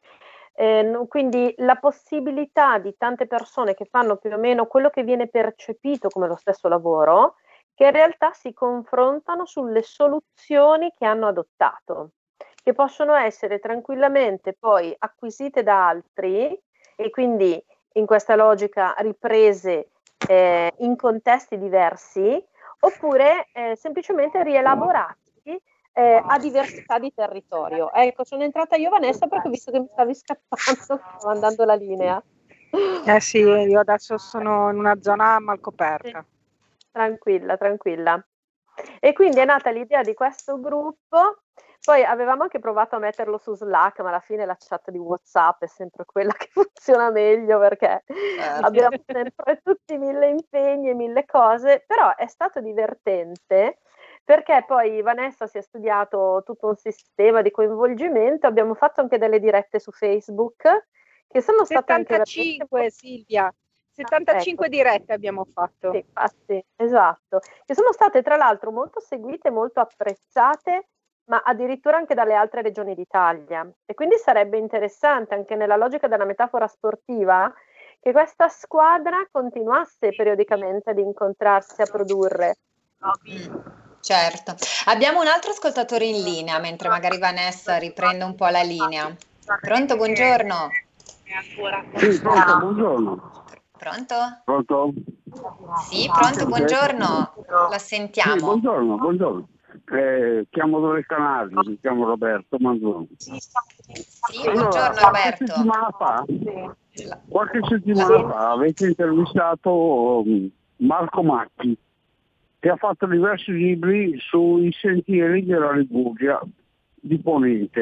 Quindi la possibilità di tante persone che fanno più o meno quello che viene percepito come lo stesso lavoro, che in realtà si confrontano sulle soluzioni che hanno adottato, che possono essere tranquillamente poi acquisite da altri e quindi in questa logica riprese in contesti diversi, oppure semplicemente rielaborati a diversità di territorio. Ecco, sono entrata io, Vanessa, perché ho visto che mi stavi scappando, stavo andando la linea. Sì, io adesso sono in una zona malcoperta. Tranquilla, tranquilla. E quindi è nata l'idea di questo gruppo. Poi avevamo anche provato a metterlo su Slack, ma alla fine la chat di WhatsApp è sempre quella che funziona meglio, perché abbiamo sempre tutti 1000 impegni e 1000 cose, però è stato divertente perché poi Vanessa si è studiato tutto un sistema di coinvolgimento, abbiamo fatto anche delle dirette su Facebook che sono state 75 anche Silvia. 75 dirette abbiamo fatto. Sì, infatti, esatto, che sono state tra l'altro molto seguite, molto apprezzate, ma addirittura anche dalle altre regioni d'Italia. E quindi sarebbe interessante, anche nella logica della metafora sportiva, che questa squadra continuasse periodicamente ad incontrarsi, a produrre. Certo. Abbiamo un altro ascoltatore in linea, mentre magari Vanessa riprende un po' la linea. Pronto, buongiorno. Sì, pronto, buongiorno. Pronto? Pronto? Sì, pronto, buongiorno. La sentiamo. Sì, buongiorno. Chiamo dalle Canarie, mi chiamo Roberto Manzoni. Sì, buongiorno Roberto. Qualche settimana fa avete intervistato Marco Macchi, che ha fatto diversi libri sui sentieri della Liguria di Ponente,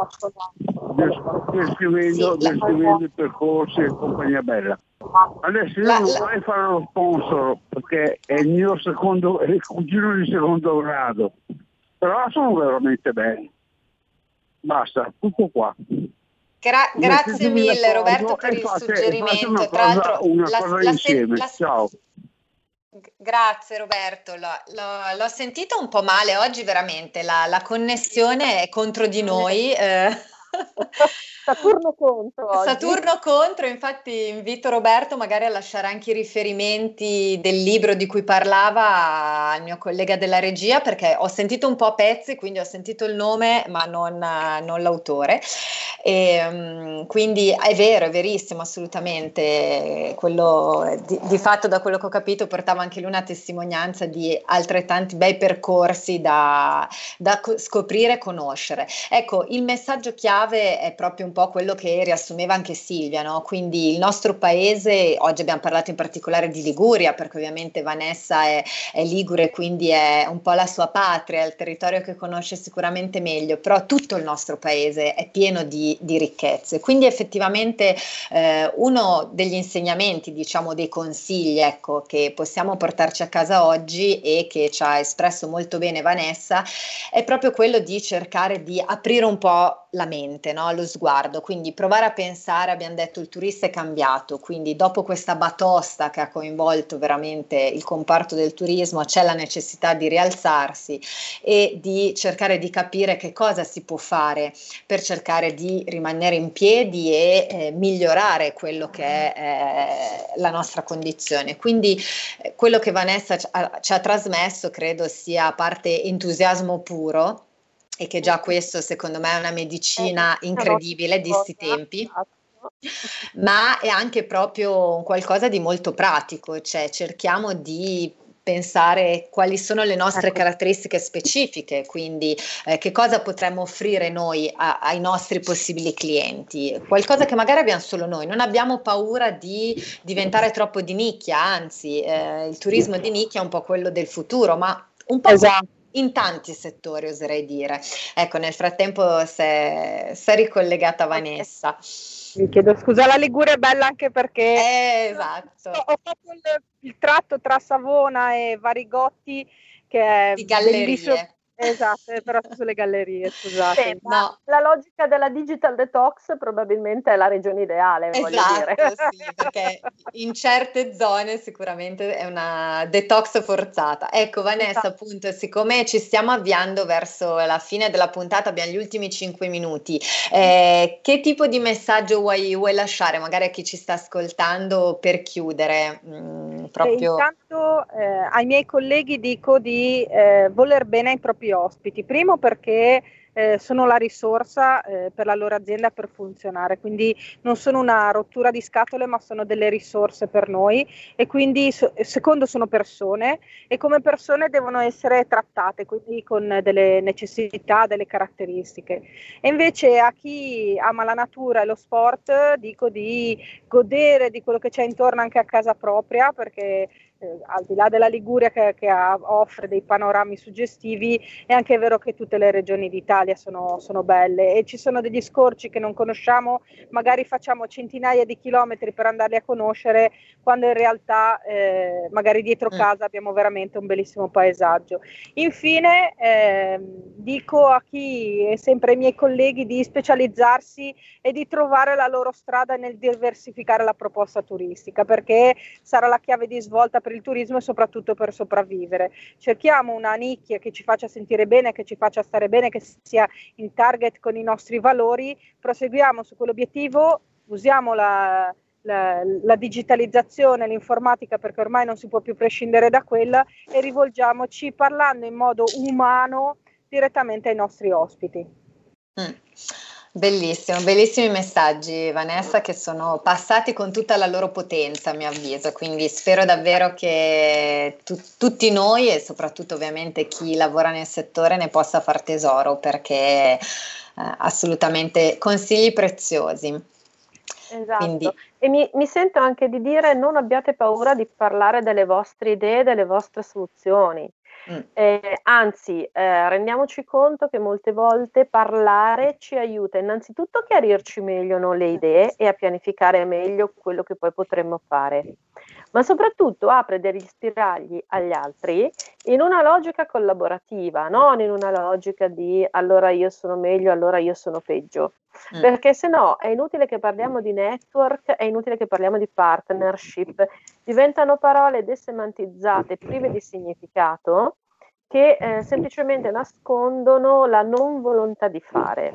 descrivendo i percorsi e compagnia bella. Adesso io non vorrei fare lo sponsor perché è il mio cugino di secondo grado, però sono veramente belli. Basta, tutto qua. Grazie mille Roberto per il suggerimento. Tra l'altro una cosa insieme. Ciao. Grazie Roberto, l'ho sentito un po' male oggi veramente, la connessione è contro di noi, Saturno contro oggi. Saturno contro, infatti invito Roberto magari a lasciare anche i riferimenti del libro di cui parlava al mio collega della regia, perché ho sentito un po' a pezzi, quindi ho sentito il nome ma non l'autore. Quindi è vero, è verissimo, assolutamente. Quello, di fatto, da quello che ho capito, portava anche lui una testimonianza di altrettanti bei percorsi da scoprire e conoscere. Ecco, il messaggio chiave è proprio un po' quello che riassumeva anche Silvia, no? Quindi il nostro paese, oggi abbiamo parlato in particolare di Liguria, perché ovviamente Vanessa è ligure, quindi è un po' la sua patria, è il territorio che conosce sicuramente meglio, però tutto il nostro paese è pieno di ricchezze. Quindi effettivamente uno degli insegnamenti, diciamo dei consigli, ecco, che possiamo portarci a casa oggi e che ci ha espresso molto bene Vanessa, è proprio quello di cercare di aprire un po' la mente, no? Lo sguardo, quindi provare a pensare, abbiamo detto il turista è cambiato, quindi dopo questa batosta che ha coinvolto veramente il comparto del turismo c'è la necessità di rialzarsi e di cercare di capire che cosa si può fare per cercare di rimanere in piedi e migliorare quello che è la nostra condizione. Quindi quello che Vanessa ci ha trasmesso credo sia a parte entusiasmo puro, e che già questo secondo me è una medicina incredibile di sti tempi, ma è anche proprio qualcosa di molto pratico, cioè cerchiamo di pensare quali sono le nostre caratteristiche specifiche, quindi che cosa potremmo offrire noi ai nostri possibili clienti, qualcosa che magari abbiamo solo noi, non abbiamo paura di diventare troppo di nicchia, anzi il turismo di nicchia è un po' quello del futuro, ma un po' in tanti settori oserei dire. Ecco, nel frattempo si è ricollegata Vanessa. Mi chiedo scusa, la Liguria è bella anche perché esatto. Ho fatto il tratto tra Savona e Varigotti che è di gallerie. Bellissimo. Esatto, però sulle gallerie, scusate. No. La logica della digital detox probabilmente è la regione ideale, voglio dire. Sì, perché in certe zone sicuramente è una detox forzata. Ecco Vanessa, appunto, siccome ci stiamo avviando verso la fine della puntata, abbiamo gli ultimi 5 minuti, che tipo di messaggio vuoi lasciare magari a chi ci sta ascoltando per chiudere? Intanto ai miei colleghi dico di voler bene ai propri ospiti, primo perché sono la risorsa per la loro azienda per funzionare, quindi non sono una rottura di scatole ma sono delle risorse per noi e quindi secondo sono persone e come persone devono essere trattate, quindi con delle necessità, delle caratteristiche. E invece a chi ama la natura e lo sport dico di godere di quello che c'è intorno anche a casa propria, perché al di là della Liguria che offre dei panorami suggestivi, è anche vero che tutte le regioni d'Italia sono belle e ci sono degli scorci che non conosciamo, magari facciamo centinaia di chilometri per andarli a conoscere, quando in realtà magari dietro casa abbiamo veramente un bellissimo paesaggio. Infine dico a chi è sempre ai miei colleghi di specializzarsi e di trovare la loro strada nel diversificare la proposta turistica, perché sarà la chiave di svolta per il turismo e soprattutto per sopravvivere. Cerchiamo una nicchia che ci faccia sentire bene, che ci faccia stare bene, che sia in target con i nostri valori, proseguiamo su quell'obiettivo, usiamo la digitalizzazione, l'informatica, perché ormai non si può più prescindere da quella, e rivolgiamoci parlando in modo umano direttamente ai nostri ospiti. Bellissimo, bellissimi messaggi Vanessa, che sono passati con tutta la loro potenza a mio avviso, quindi spero davvero che tutti noi e soprattutto ovviamente chi lavora nel settore ne possa far tesoro, perché assolutamente consigli preziosi. Esatto. Quindi, e mi sento anche di dire: non abbiate paura di parlare delle vostre idee, delle vostre soluzioni. Anzi, rendiamoci conto che molte volte parlare ci aiuta innanzitutto a chiarirci meglio le idee e a pianificare meglio quello che poi potremmo fare, ma soprattutto apre degli spiragli agli altri in una logica collaborativa, non in una logica di allora io sono meglio, allora io sono peggio. Perché se no è inutile che parliamo di network, è inutile che parliamo di partnership, diventano parole desemantizzate, prive di significato, che semplicemente nascondono la non volontà di fare.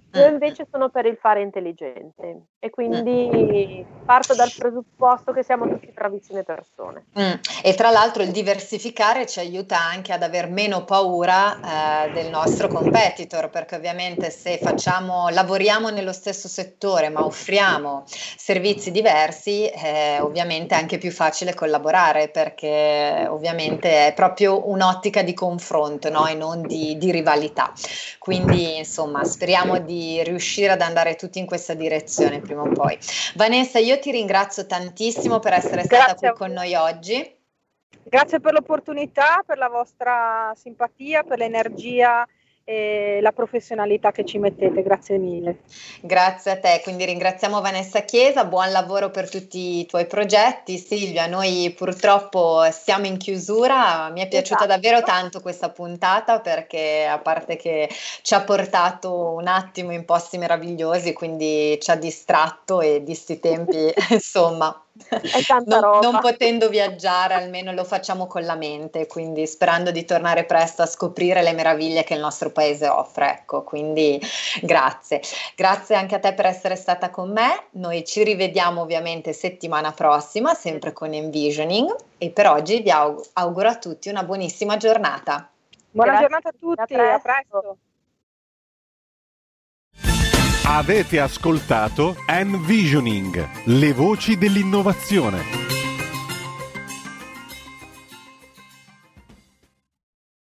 Io invece sono per il fare intelligente e quindi parto dal presupposto che siamo tutti bravissime persone. E tra l'altro il diversificare ci aiuta anche ad aver meno paura del nostro competitor, perché ovviamente se lavoriamo nello stesso settore ma offriamo servizi diversi, ovviamente è anche più facile collaborare, perché ovviamente è proprio un'ottica di confronto, no? E non di rivalità. Quindi insomma speriamo di riuscire ad andare tutti in questa direzione prima o poi. Vanessa, io ti ringrazio tantissimo per essere stata qui con noi oggi. Grazie per l'opportunità, per la vostra simpatia, per l'energia e la professionalità che ci mettete, grazie mille. Grazie a te, quindi ringraziamo Vanessa Chiesa, buon lavoro per tutti i tuoi progetti. Silvia, noi purtroppo siamo in chiusura, mi è piaciuta davvero tanto questa puntata, perché a parte che ci ha portato un attimo in posti meravigliosi, quindi ci ha distratto, e di sti tempi insomma non potendo viaggiare almeno lo facciamo con la mente, quindi sperando di tornare presto a scoprire le meraviglie che il nostro paese offre, ecco, quindi grazie anche a te per essere stata con me. Noi ci rivediamo ovviamente settimana prossima, sempre con Envisioning, e per oggi vi auguro a tutti una buonissima giornata. Buona giornata a tutti, a presto. Avete ascoltato Envisioning, le voci dell'innovazione.